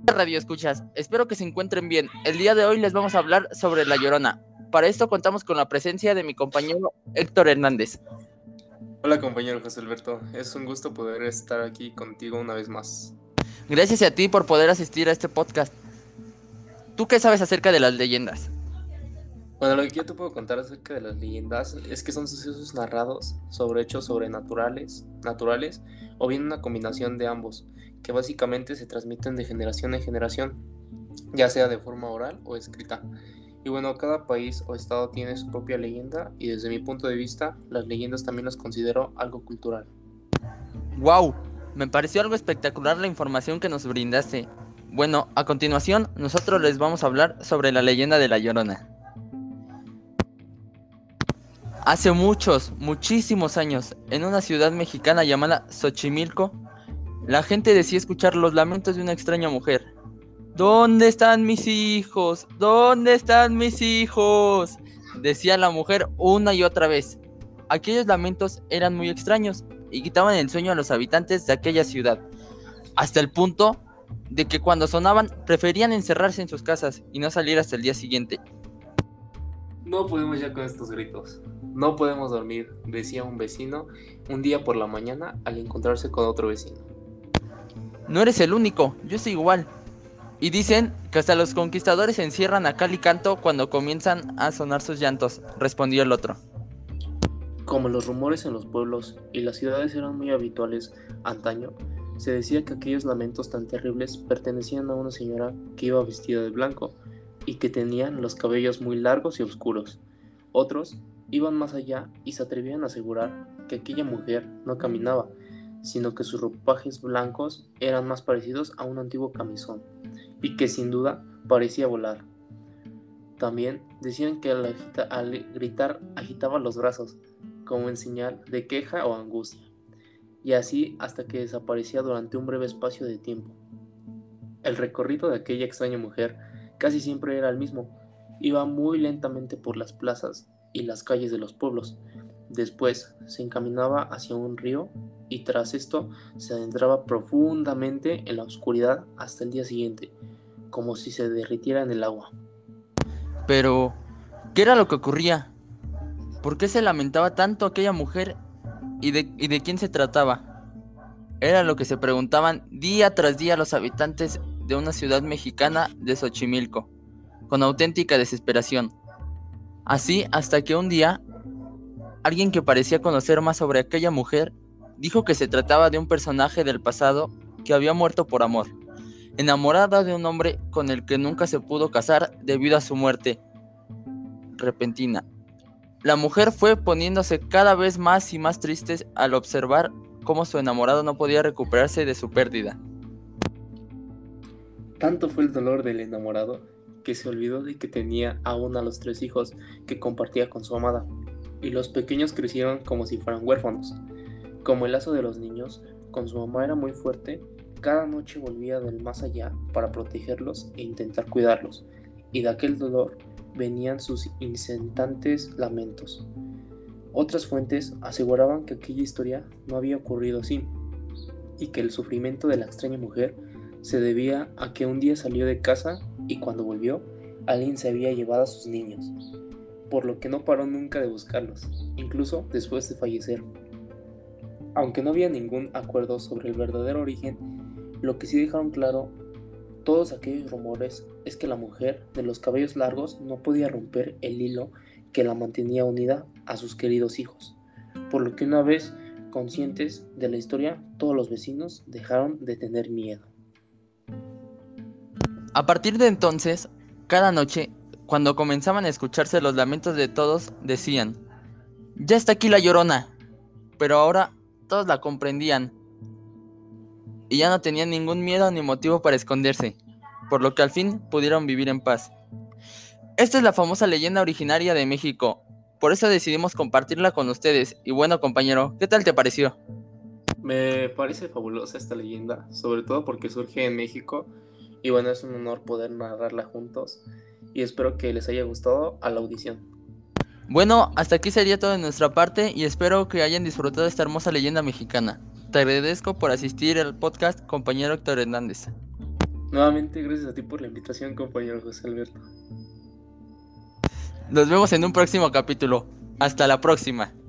Radio escuchas, espero que se encuentren bien. El día de hoy les vamos a hablar sobre La Llorona. Para esto contamos con la presencia de mi compañero Héctor Hernández. Hola compañero José Alberto, es un gusto poder estar aquí contigo una vez más. Gracias a ti por poder asistir a este podcast. ¿Tú qué sabes acerca de las leyendas? Bueno, lo que yo te puedo contar acerca de las leyendas es que son sucesos narrados sobre hechos sobrenaturales, naturales, o bien una combinación de ambos, que básicamente se transmiten de generación en generación, ya sea de forma oral o escrita. Y bueno, cada país o estado tiene su propia leyenda y desde mi punto de vista, las leyendas también las considero algo cultural. ¡Wow! Me pareció algo espectacular la información que nos brindaste. Bueno, a continuación, nosotros les vamos a hablar sobre la leyenda de La Llorona. Hace muchísimos años, en una ciudad mexicana llamada Xochimilco, la gente decía escuchar los lamentos de una extraña mujer. ¿Dónde están mis hijos? ¿Dónde están mis hijos?, decía la mujer una y otra vez. Aquellos lamentos eran muy extraños y quitaban el sueño a los habitantes de aquella ciudad, hasta el punto de que cuando sonaban preferían encerrarse en sus casas y no salir hasta el día siguiente. No podemos ya con estos gritos. No podemos dormir, decía un vecino un día por la mañana al encontrarse con otro vecino. No eres el único, yo estoy igual. Y dicen que hasta los conquistadores se encierran a cal y canto cuando comienzan a sonar sus llantos, respondió el otro. Como los rumores en los pueblos y las ciudades eran muy habituales antaño, se decía que aquellos lamentos tan terribles pertenecían a una señora que iba vestida de blanco y que tenía los cabellos muy largos y oscuros. Otros iban más allá y se atrevían a asegurar que aquella mujer no caminaba, sino que sus ropajes blancos eran más parecidos a un antiguo camisón y que sin duda parecía volar. También decían que al gritar agitaba los brazos, como en señal de queja o angustia, y así hasta que desaparecía durante un breve espacio de tiempo. El recorrido de aquella extraña mujer casi siempre era el mismo, iba muy lentamente por las plazas y las calles de los pueblos. Después se encaminaba hacia un río y tras esto se adentraba profundamente en la oscuridad hasta el día siguiente, como si se derritiera en el agua. Pero, ¿qué era lo que ocurría? ¿Por qué se lamentaba tanto aquella mujer y de quién se trataba? Era lo que se preguntaban día tras día los habitantes de una ciudad mexicana de Xochimilco, con auténtica desesperación. Así hasta que un día, alguien que parecía conocer más sobre aquella mujer, dijo que se trataba de un personaje del pasado que había muerto por amor, enamorada de un hombre con el que nunca se pudo casar debido a su muerte repentina. La mujer fue poniéndose cada vez más y más triste al observar cómo su enamorado no podía recuperarse de su pérdida. Tanto fue el dolor del enamorado que se olvidó de que tenía aún a los 3 hijos que compartía con su amada, y los pequeños crecieron como si fueran huérfanos. Como el lazo de los niños, con su mamá era muy fuerte, cada noche volvía del más allá para protegerlos e intentar cuidarlos, y de aquel dolor venían sus incesantes lamentos. Otras fuentes aseguraban que aquella historia no había ocurrido así, y que el sufrimiento de la extraña mujer se debía a que un día salió de casa y cuando volvió, alguien se había llevado a sus niños, por lo que no paró nunca de buscarlos, incluso después de fallecer. Aunque no había ningún acuerdo sobre el verdadero origen, lo que sí dejaron claro todos aquellos rumores es que la mujer de los cabellos largos no podía romper el hilo que la mantenía unida a sus queridos hijos, por lo que una vez conscientes de la historia, todos los vecinos dejaron de tener miedo. A partir de entonces, cada noche, cuando comenzaban a escucharse los lamentos de todos, decían: «Ya está aquí la Llorona», pero ahora todos la comprendían y ya no tenían ningún miedo ni motivo para esconderse, por lo que al fin pudieron vivir en paz. Esta es la famosa leyenda originaria de México, por eso decidimos compartirla con ustedes. Y bueno, compañero, ¿qué tal te pareció? Me parece fabulosa esta leyenda, sobre todo porque surge en México y bueno, es un honor poder narrarla juntos y espero que les haya gustado a la audición. Bueno, hasta aquí sería todo de nuestra parte y espero que hayan disfrutado de esta hermosa leyenda mexicana. Te agradezco por asistir al podcast, compañero Héctor Hernández. Nuevamente, gracias a ti por la invitación, compañero José Alberto. Nos vemos en un próximo capítulo. Hasta la próxima.